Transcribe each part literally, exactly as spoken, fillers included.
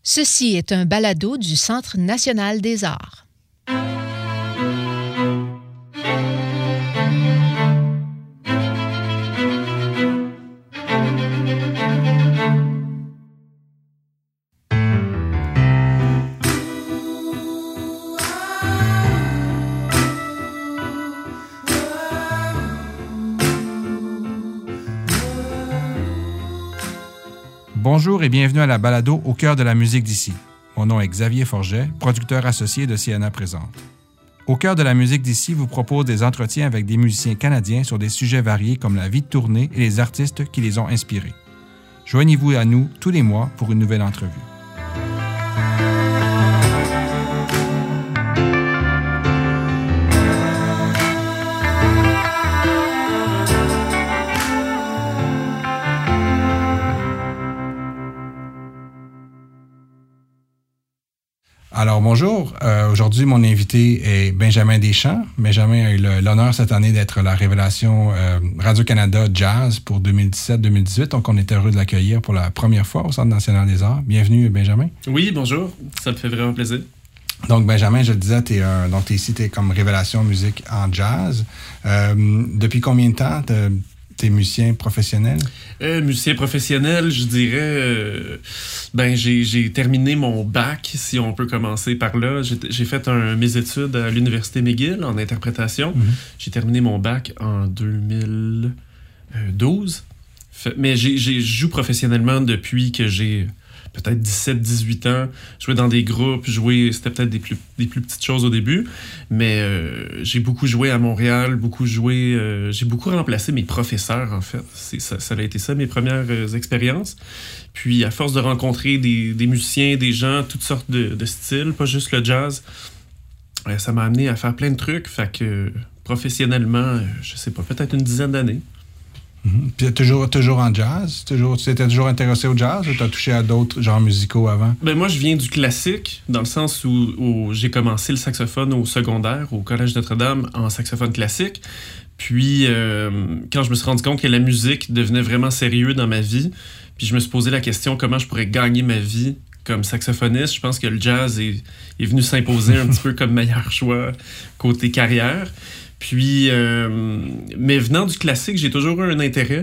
Ceci est un balado du Centre national des arts. Bonjour et bienvenue à la balado Au cœur de la musique d'ici. Mon nom est Xavier Forget, producteur associé de Sienna Présente. Au cœur de la musique d'ici vous propose des entretiens avec des musiciens canadiens sur des sujets variés comme la vie de tournée et les artistes qui les ont inspirés. Joignez-vous à nous tous les mois pour une nouvelle entrevue. Alors, bonjour. Euh, aujourd'hui, mon invité est Benjamin Deschamps. Benjamin a eu le, l'honneur cette année d'être la révélation euh, Radio-Canada Jazz pour deux mille dix-sept deux mille dix-huit. Donc, on est heureux de l'accueillir pour la première fois au Centre national des arts. Bienvenue, Benjamin. Oui, bonjour. Ça me fait vraiment plaisir. Donc, Benjamin, je le disais, tu es ici, tu es comme révélation musique en jazz. Euh, depuis combien de temps tu es musicien professionnel? Euh, musicien professionnel, je dirais... Euh, ben, j'ai, j'ai terminé mon bac, si on peut commencer par là. J'ai, j'ai fait un, mes études à l'Université McGill en interprétation. Mm-hmm. J'ai terminé mon bac en deux mille douze. Fait, mais j'ai, j'ai, je joue professionnellement depuis que j'ai... peut-être dix-sept dix-huit ans, jouer dans des groupes, jouer, c'était peut-être des plus, des plus petites choses au début, mais euh, j'ai beaucoup joué à Montréal, beaucoup joué, euh, j'ai beaucoup remplacé mes professeurs, en fait. C'est, ça, ça a été ça, mes premières euh, expériences. Puis, à force de rencontrer des, des musiciens, des gens, toutes sortes de, de styles, pas juste le jazz, euh, ça m'a amené à faire plein de trucs, fait que professionnellement, euh, je sais pas, peut-être une dizaine d'années. Mm-hmm. Puis toujours, toujours en jazz? Toujours, tu étais toujours intéressé au jazz ou tu as touché à d'autres genres musicaux avant? Ben moi, je viens du classique, dans le sens où, où j'ai commencé le saxophone au secondaire, au Collège Notre-Dame, en saxophone classique. Puis, euh, quand je me suis rendu compte que la musique devenait vraiment sérieux dans ma vie, puis je me suis posé la question comment je pourrais gagner ma vie comme saxophoniste, je pense que le jazz est, est venu s'imposer un petit peu comme meilleur choix côté carrière. Puis, euh, mais venant du classique, j'ai toujours eu un intérêt.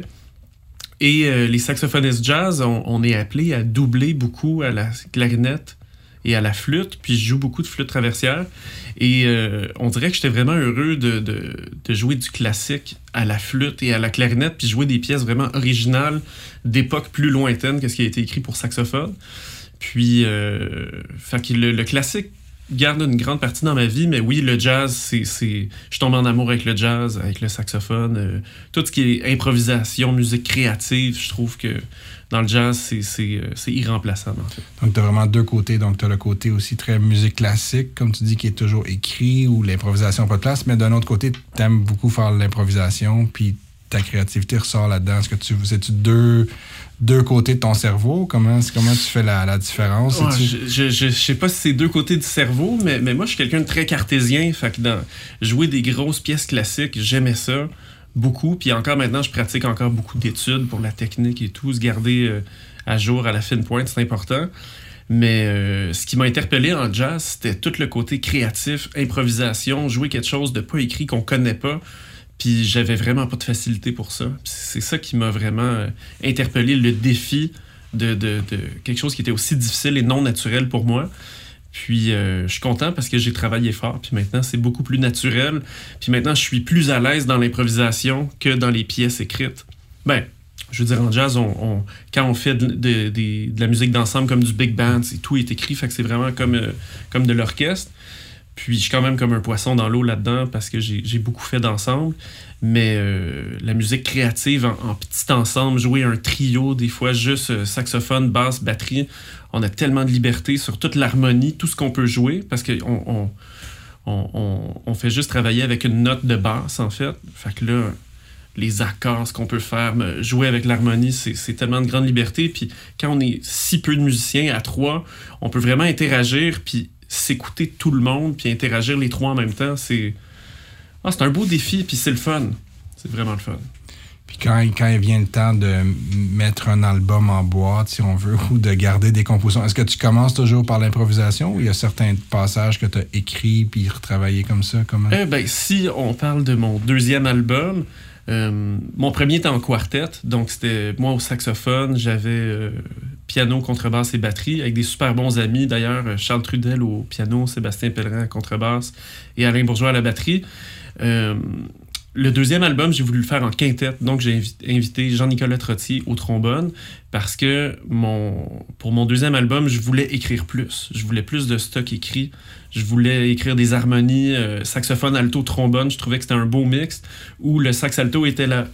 Et euh, les saxophonistes jazz, on, on est appelés à doubler beaucoup à la clarinette et à la flûte. Puis, je joue beaucoup de flûte traversière. Et euh, on dirait que j'étais vraiment heureux de, de, de jouer du classique à la flûte et à la clarinette, puis jouer des pièces vraiment originales d'époques plus lointaines que ce qui a été écrit pour saxophone. Puis, euh, fait que le, le classique garde une grande partie dans ma vie, mais oui, le jazz, c'est, c'est... je tombe en amour avec le jazz, avec le saxophone, euh, tout ce qui est improvisation, musique créative, je trouve que dans le jazz, c'est, c'est, c'est irremplaçable, en fait. Donc, tu as vraiment deux côtés. Donc, tu as le côté aussi très musique classique, comme tu dis, qui est toujours écrit, où l'improvisation n'a pas de place, mais d'un autre côté, tu aimes beaucoup faire l'improvisation, puis ta créativité ressort là-dedans. Est-ce que tu... C'est-tu deux... deux côtés de ton cerveau? Comment, comment tu fais la, la différence? Ouais, je, je, je, je sais pas si c'est deux côtés du cerveau, mais, mais moi, je suis quelqu'un de très cartésien. Fait que dans, jouer des grosses pièces classiques, j'aimais ça beaucoup. Puis encore maintenant, je pratique encore beaucoup d'études pour la technique et tout. Se garder euh, à jour à la fine pointe, c'est important. Mais euh, ce qui m'a interpellé en jazz, c'était tout le côté créatif, improvisation, jouer quelque chose de pas écrit qu'on connaît pas. Puis j'avais vraiment pas de facilité pour ça. Puis c'est ça qui m'a vraiment euh, interpellé, le défi de, de, de quelque chose qui était aussi difficile et non naturel pour moi. Puis euh, je suis content parce que j'ai travaillé fort. Puis maintenant, c'est beaucoup plus naturel. Puis maintenant, je suis plus à l'aise dans l'improvisation que dans les pièces écrites. Ben, je veux dire, en jazz, on, on, quand on fait de, de, de, de la musique d'ensemble comme du big band, c'est, tout est écrit. Fait que c'est vraiment comme, euh, comme de l'orchestre. Puis je suis quand même comme un poisson dans l'eau là-dedans parce que j'ai, j'ai beaucoup fait d'ensemble. Mais euh, la musique créative en, en petit ensemble, jouer un trio, des fois juste euh, saxophone, basse, batterie, on a tellement de liberté sur toute l'harmonie, tout ce qu'on peut jouer, parce qu'on on, on, on, on fait juste travailler avec une note de basse, en fait. Fait que là, les accords, ce qu'on peut faire, jouer avec l'harmonie, c'est, c'est tellement de grande liberté. Puis quand on est si peu de musiciens, à trois, on peut vraiment interagir, puis s'écouter tout le monde puis interagir les trois en même temps, c'est ah, c'est un beau défi puis c'est le fun. C'est vraiment le fun. Puis quand, quand il vient le temps de mettre un album en boîte, si on veut, ou de garder des compositions, est-ce que tu commences toujours par l'improvisation ou il y a certains passages que tu as écrits puis retravaillés comme ça? Comment? Eh ben, si on parle de mon deuxième album, euh, mon premier était en quartet, donc c'était moi au saxophone, j'avais euh, piano, contrebasse et batterie, avec des super bons amis, d'ailleurs, Charles Trudel au piano, Sébastien Pellerin à contrebasse et Alain Bourgeois à la batterie. Euh, Le deuxième album, j'ai voulu le faire en quintette, donc j'ai invité Jean-Nicolas Trottier au trombone parce que mon, pour mon deuxième album, je voulais écrire plus. Je voulais plus de stock écrit. Je voulais écrire des harmonies euh, saxophone, alto, trombone. Je trouvais que c'était un beau mix où le sax alto était la,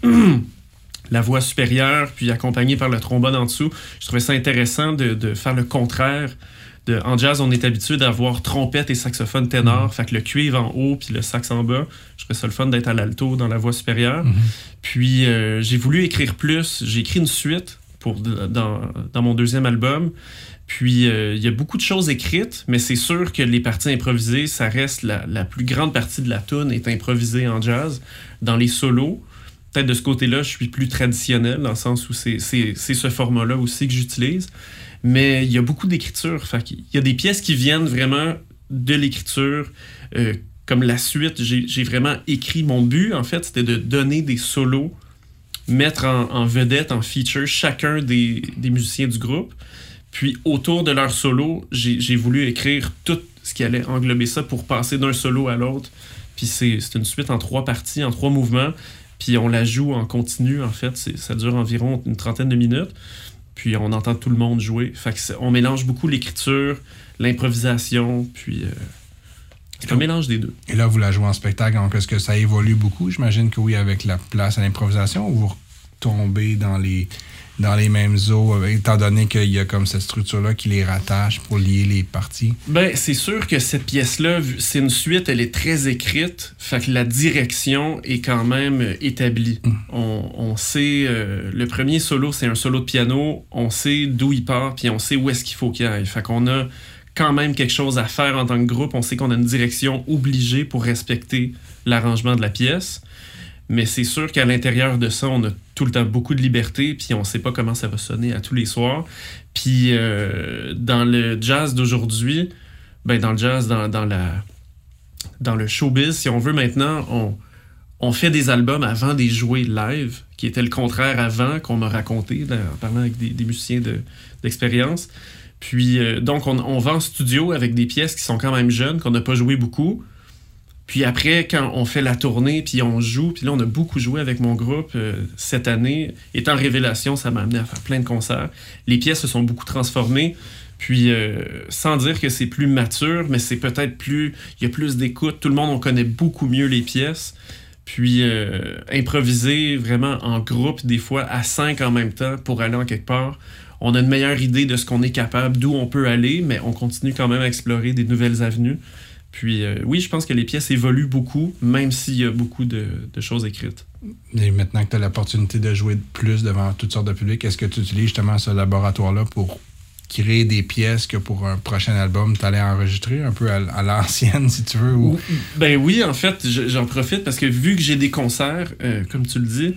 la voix supérieure, puis accompagné par le trombone en dessous. Je trouvais ça intéressant de, de faire le contraire. De, en jazz, on est habitué d'avoir trompette et saxophone ténor, mmh. fait que le cuivre en haut puis le sax en bas. Je trouvais ça le fun d'être à l'alto dans la voix supérieure. Mmh. Puis euh, j'ai voulu écrire plus. J'ai écrit une suite pour, dans, dans mon deuxième album. Puis il euh, y a beaucoup de choses écrites, mais c'est sûr que les parties improvisées, ça reste la, la plus grande partie de la tune est improvisée en jazz. Dans les solos, peut-être de ce côté-là, je suis plus traditionnel, dans le sens où c'est, c'est, c'est ce format-là aussi que j'utilise. Mais il y a beaucoup d'écriture. Fait qu'il y a des pièces qui viennent vraiment de l'écriture. Euh, comme la suite, j'ai, j'ai vraiment écrit. Mon but, en fait, c'était de donner des solos, mettre en, en vedette, en feature, chacun des, des musiciens du groupe. Puis, autour de leur solo, j'ai, j'ai voulu écrire tout ce qui allait englober ça pour passer d'un solo à l'autre. Puis, c'est, c'est une suite en trois parties, en trois mouvements. Puis, on la joue en continu, en fait. C'est, ça dure environ une trentaine de minutes. Puis on entend tout le monde jouer. Fait que on mélange beaucoup l'écriture, l'improvisation, puis euh, c'est un mélange des deux. Et là, vous la jouez en spectacle, donc est-ce que ça évolue beaucoup? J'imagine que oui, avec la place à l'improvisation, ou vous retombez dans les, dans les mêmes eaux, étant donné qu'il y a comme cette structure-là qui les rattache pour lier les parties? Ben, c'est sûr que cette pièce-là, c'est une suite, elle est très écrite, fait que la direction est quand même établie. Mm. On, on sait, euh, le premier solo, c'est un solo de piano, on sait d'où il part, puis on sait où est-ce qu'il faut qu'il aille. Fait qu'on a quand même quelque chose à faire en tant que groupe, on sait qu'on a une direction obligée pour respecter l'arrangement de la pièce. Mais c'est sûr qu'à l'intérieur de ça, on a tout le temps beaucoup de liberté, puis on sait pas comment ça va sonner à tous les soirs. Puis euh, dans le jazz d'aujourd'hui, ben dans le jazz, dans, dans, la, dans le showbiz, si on veut maintenant, on, on fait des albums avant des jouer live, qui était le contraire avant, qu'on m'a raconté là, en parlant avec des, des musiciens de, d'expérience. Puis euh, donc, on, on va en studio avec des pièces qui sont quand même jeunes, qu'on n'a pas joué beaucoup. Puis après, quand on fait la tournée, puis on joue, puis là, on a beaucoup joué avec mon groupe euh, cette année. Étant Révélation, ça m'a amené à faire plein de concerts. Les pièces se sont beaucoup transformées. Puis, euh, sans dire que c'est plus mature, mais c'est peut-être plus... Il y a plus d'écoute. Tout le monde, on connaît beaucoup mieux les pièces. Puis, euh, improviser vraiment en groupe, des fois, à cinq en même temps, pour aller en quelque part. On a une meilleure idée de ce qu'on est capable, d'où on peut aller, mais on continue quand même à explorer des nouvelles avenues. Puis euh, oui, je pense que les pièces évoluent beaucoup, même s'il y a beaucoup de, de choses écrites. Et maintenant que tu as l'opportunité de jouer plus devant toutes sortes de publics, est-ce que tu utilises justement ce laboratoire-là pour créer des pièces que pour un prochain album, tu allais enregistrer un peu à, à l'ancienne, si tu veux? Ou... Ben oui, en fait, j'en profite parce que vu que j'ai des concerts, euh, comme tu le dis,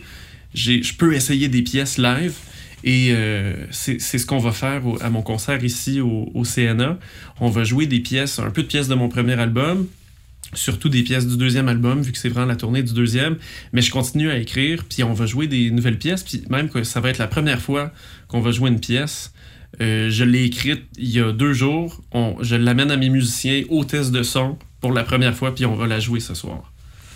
je peux essayer des pièces live. Et euh, c'est, c'est ce qu'on va faire au, à mon concert ici au, au C N A. On va jouer des pièces, un peu de pièces de mon premier album, surtout des pièces du deuxième album, vu que c'est vraiment la tournée du deuxième. Mais je continue à écrire, puis on va jouer des nouvelles pièces. Puis même que ça va être la première fois qu'on va jouer une pièce. Euh, je l'ai écrite il y a deux jours. On, je l'amène à mes musiciens au test de son pour la première fois, puis on va la jouer ce soir.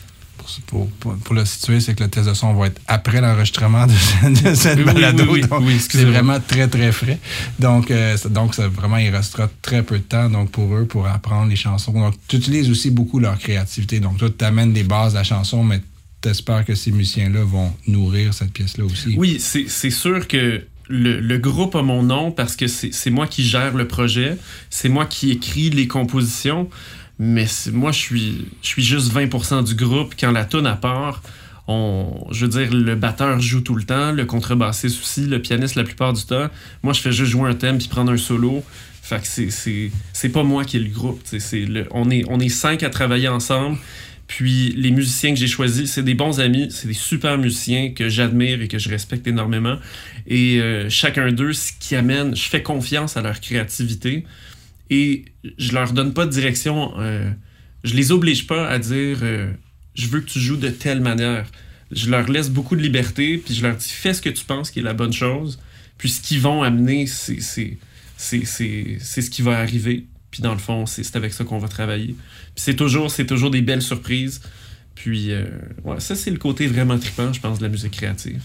Pour, pour, pour le situer, c'est que le test de son va être après l'enregistrement de, de cette oui, balado. Oui, oui, donc, oui, c'est vraiment très, très frais. Donc, euh, donc ça, vraiment, il restera très peu de temps donc, pour eux pour apprendre les chansons. Donc, tu utilises aussi beaucoup leur créativité. Donc, toi, tu amènes des bases de la chanson, mais tu espères que ces musiciens-là vont nourrir cette pièce-là aussi. Oui, c'est, c'est sûr que le, le groupe a mon nom parce que c'est, c'est moi qui gère le projet. C'est moi qui écris les compositions. Mais moi, je suis, je suis juste vingt pour cent du groupe. Quand la toune à part, on, je veux dire, le batteur joue tout le temps, le contrebassiste aussi, le pianiste la plupart du temps. Moi, je fais juste jouer un thème puis prendre un solo. Fait que c'est, c'est, c'est pas moi qui ai le groupe. C'est le, on, est, on est cinq à travailler ensemble. Puis les musiciens que j'ai choisis, c'est des bons amis, c'est des super musiciens que j'admire et que je respecte énormément. Et euh, chacun d'eux, ce qui amène, je fais confiance à leur créativité et je leur donne pas de direction. Euh, je les oblige pas à dire euh, je veux que tu joues de telle manière. Je leur laisse beaucoup de liberté, puis je leur dis fais ce que tu penses qui est la bonne chose. Puis ce qu'ils vont amener, c'est, c'est, c'est, c'est, c'est ce qui va arriver. Puis dans le fond, c'est, c'est avec ça qu'on va travailler. Puis c'est toujours, c'est toujours des belles surprises. Puis euh, ouais, ça, c'est le côté vraiment trippant, je pense, de la musique créative.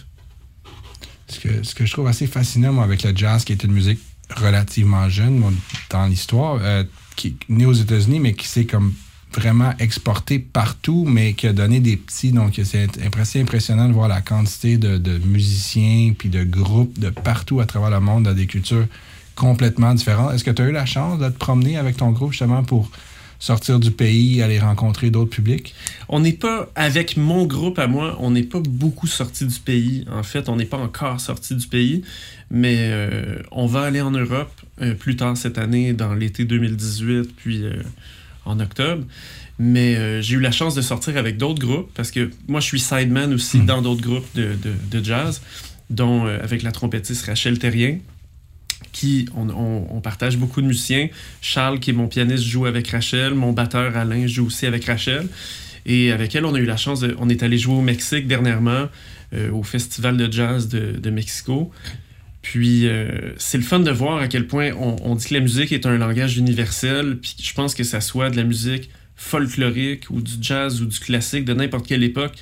Ce que, ce que je trouve assez fascinant, moi, avec le jazz, qui est une musique relativement jeune moi, dans l'histoire, euh, qui est née aux États-Unis, mais qui s'est comme vraiment exporté partout, mais qui a donné des petits... Donc, c'est assez impressionnant de voir la quantité de, de musiciens puis de groupes de partout à travers le monde dans des cultures complètement différentes. Est-ce que tu as eu la chance de te promener avec ton groupe justement pour sortir du pays, aller rencontrer d'autres publics? On n'est pas, avec mon groupe à moi, on n'est pas beaucoup sorti du pays. En fait, on n'est pas encore sorti du pays, mais euh, on va aller en Europe euh, plus tard cette année, dans l'été deux mille dix-huit, puis euh, en octobre. Mais euh, j'ai eu la chance de sortir avec d'autres groupes, parce que moi, je suis sideman aussi mmh. dans d'autres groupes de, de, de jazz, dont euh, avec la trompettiste Rachel Terrien, qui, on, on, on partage beaucoup de musiciens. Charles, qui est mon pianiste, joue avec Rachel. Mon batteur, Alain, joue aussi avec Rachel. Et avec elle, on a eu la chance de... On est allé jouer au Mexique dernièrement, euh, au Festival de jazz de, de Mexico. Puis, euh, c'est le fun de voir à quel point on, on dit que la musique est un langage universel. Puis, je pense que ça soit de la musique folklorique ou du jazz ou du classique de n'importe quelle époque.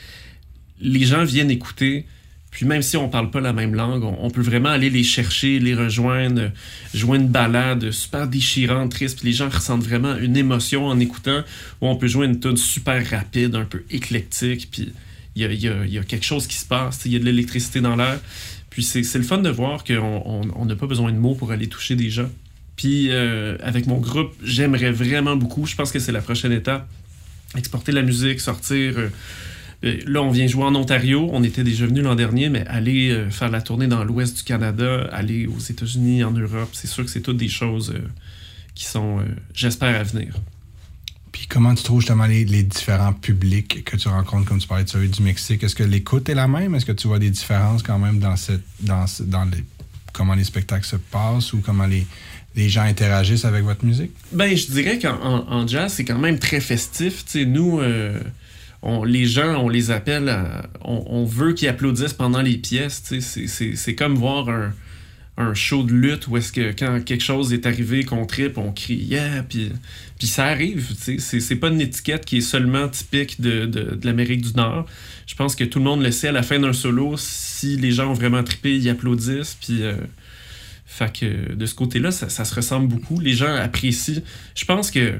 Les gens viennent écouter... Puis même si on parle pas la même langue, on, on peut vraiment aller les chercher, les rejoindre, jouer une balade super déchirante, triste, puis les gens ressentent vraiment une émotion en écoutant, ou on peut jouer une tune super rapide, un peu éclectique, puis il y a, y a, y a quelque chose qui se passe, il y a de l'électricité dans l'air. Puis c'est, c'est le fun de voir qu'on n'a pas besoin de mots pour aller toucher des gens. Puis euh, avec mon groupe, j'aimerais vraiment beaucoup, je pense que c'est la prochaine étape, exporter la musique, sortir... Euh, Là, on vient jouer en Ontario. On était déjà venu l'an dernier, mais aller euh, faire la tournée dans l'ouest du Canada, aller aux États-Unis, en Europe, c'est sûr que c'est toutes des choses euh, qui sont, euh, j'espère, à venir. Puis comment tu trouves justement les, les différents publics que tu rencontres, comme tu parlais de celui du Mexique? Est-ce que l'écoute est la même? Est-ce que tu vois des différences quand même dans cette, dans, dans les, comment les spectacles se passent ou comment les, les gens interagissent avec votre musique? Ben, je dirais qu'en en, en jazz, c'est quand même très festif. Tu sais, nous... Euh, On, les gens, on les appelle, à, on, on veut qu'ils applaudissent pendant les pièces. C'est, c'est, c'est comme voir un, un show de lutte où est-ce que quand quelque chose est arrivé, qu'on trippe, on crie « yeah », puis ça arrive. C'est, c'est pas une étiquette qui est seulement typique de, de, de l'Amérique du Nord. Je pense que tout le monde le sait, à la fin d'un solo, si les gens ont vraiment trippé, ils applaudissent. Puis, euh, fait que de ce côté-là, ça, ça se ressemble beaucoup. Les gens apprécient. Je pense que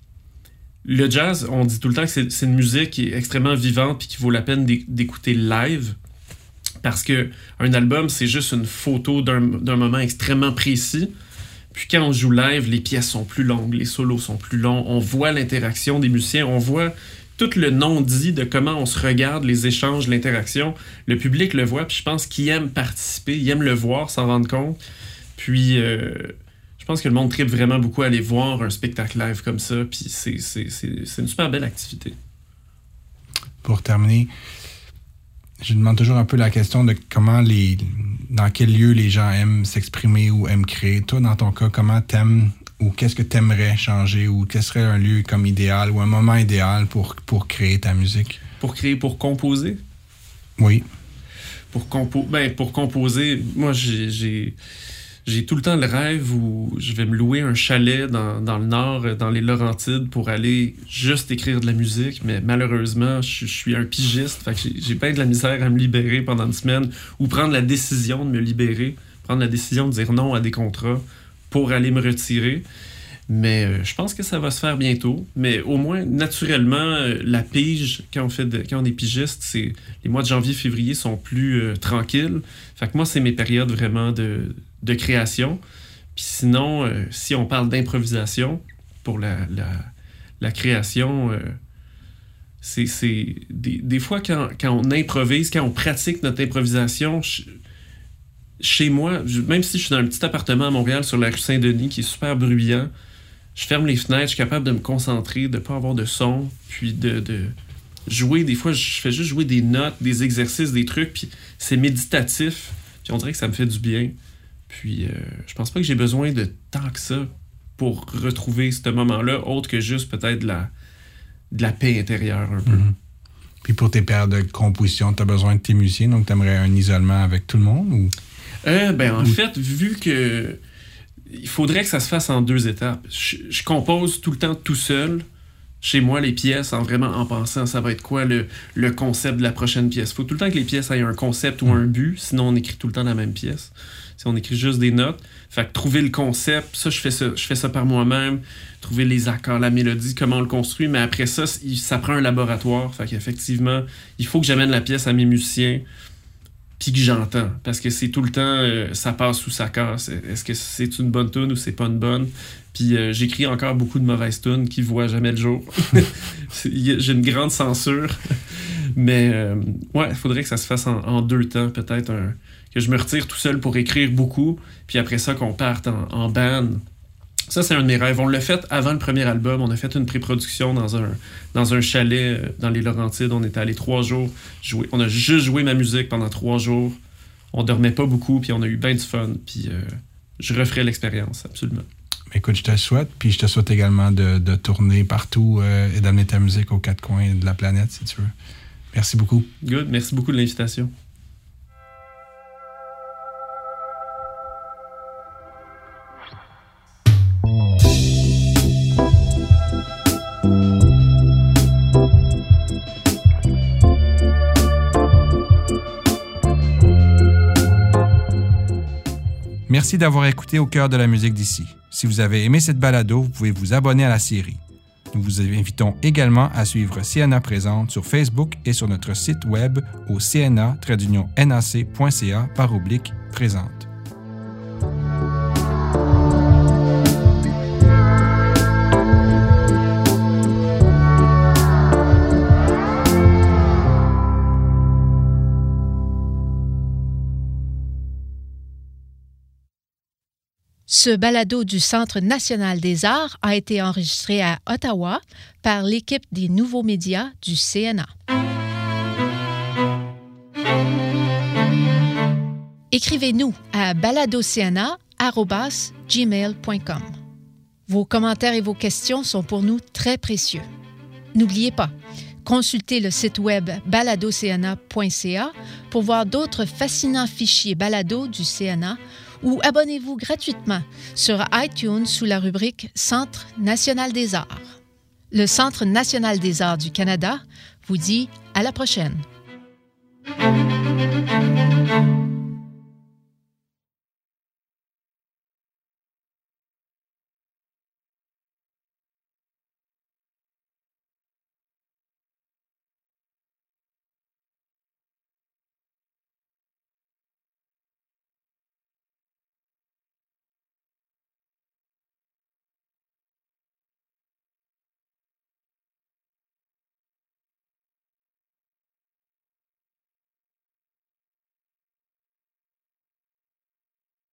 le jazz, on dit tout le temps que c'est, c'est une musique qui est extrêmement vivante puis qui vaut la peine d'écouter live parce que un album, c'est juste une photo d'un, d'un moment extrêmement précis. Puis quand on joue live, les pièces sont plus longues, les solos sont plus longs. On voit l'interaction des musiciens, on voit tout le non-dit de comment on se regarde, les échanges, l'interaction. Le public le voit, puis je pense qu'il aime participer, il aime le voir, s'en rendre compte. Puis... Euh, Je pense que le monde tripe vraiment beaucoup à aller voir un spectacle live comme ça, puis c'est, c'est, c'est, c'est une super belle activité. Pour terminer, je demande toujours un peu la question de comment les... dans quel lieu les gens aiment s'exprimer ou aiment créer. Toi, dans ton cas, comment t'aimes ou qu'est-ce que t'aimerais changer ou quel serait un lieu comme idéal ou un moment idéal pour, pour créer ta musique? Pour créer, pour composer? Oui. Pour, compo- ben, pour composer, moi, j'ai... j'ai... J'ai tout le temps le rêve où je vais me louer un chalet dans, dans le nord, dans les Laurentides, pour aller juste écrire de la musique. Mais malheureusement, je, je suis un pigiste. Fait que j'ai, j'ai bien de la misère à me libérer pendant une semaine ou prendre la décision de me libérer, prendre la décision de dire non à des contrats pour aller me retirer. Mais euh, je pense que ça va se faire bientôt. Mais au moins, naturellement, euh, la pige, quand on, fait de, quand on est pigiste, c'est, les mois de janvier, février sont plus euh, tranquilles. Fait que moi, c'est mes périodes vraiment de... de création. Puis sinon, euh, si on parle d'improvisation, pour la, la, la création, euh, c'est, c'est des, des fois quand, quand on improvise, quand on pratique notre improvisation, ch- chez moi, je, même si je suis dans un petit appartement à Montréal sur la rue Saint-Denis qui est super bruyant, je ferme les fenêtres, je suis capable de me concentrer, de ne pas avoir de son, puis de, de, jouer, des fois, je fais juste jouer des notes, des exercices, des trucs, puis c'est méditatif, puis on dirait que ça me fait du bien. Puis euh, je pense pas que j'ai besoin de tant que ça pour retrouver ce moment-là, autre que juste peut-être de la, de la paix intérieure un peu. Mm-hmm. Puis pour tes périodes de composition, tu as besoin de tes musiciens, donc tu aimerais un isolement avec tout le monde? Ou? Euh, ben, en ou... fait, vu que il faudrait que ça se fasse en deux étapes. Je, je compose tout le temps tout seul, chez moi, les pièces, en vraiment en pensant ça va être quoi le, le concept de la prochaine pièce. Il faut tout le temps que les pièces aient un concept ou un but, sinon on écrit tout le temps la même pièce. Si on écrit juste des notes, fait que trouver le concept, ça je fais ça, je fais ça par moi-même, trouver les accords, la mélodie, comment on le construit, mais après ça, ça prend un laboratoire. Fait qu'effectivement, il faut que j'amène la pièce à mes musiciens, puis que j'entends, parce que c'est tout le temps, euh, ça passe ou ça casse. Est-ce que c'est une bonne tune ou c'est pas une bonne? Puis euh, j'écris encore beaucoup de mauvaises tunes qui voient jamais le jour. J'ai une grande censure. Mais euh, ouais, il faudrait que ça se fasse en, en deux temps, peut-être un, que je me retire tout seul pour écrire beaucoup, puis après ça qu'on parte en, en band. Ça, c'est un de mes rêves. On l'a fait avant le premier album. On a fait une pré-production dans un, dans un chalet euh, dans les Laurentides. On était allés trois jours jouer. On a juste joué ma musique pendant trois jours. On dormait pas beaucoup, puis on a eu bien du fun. Puis euh, je referai l'expérience, absolument. Écoute, je te le souhaite, puis je te souhaite également de, de tourner partout euh, et d'amener ta musique aux quatre coins de la planète, si tu veux. Merci beaucoup. Good. Merci beaucoup de l'invitation. Merci d'avoir écouté Au cœur de la musique d'ici. Si vous avez aimé cette balado, vous pouvez vous abonner à la série. Nous vous invitons également à suivre C N A Présente sur Facebook et sur notre site web au c n a tiret n a c point c a par oblique présente. Ce balado du Centre national des arts a été enregistré à Ottawa par l'équipe des nouveaux médias du C N A. Écrivez-nous à baladocna arobase gmail point com. Vos commentaires et vos questions sont pour nous très précieux. N'oubliez pas, consultez le site web baladocna point c a pour voir d'autres fascinants fichiers balado du C N A ou abonnez-vous gratuitement sur iTunes sous la rubrique Centre national des arts. Le Centre national des arts du Canada vous dit à la prochaine.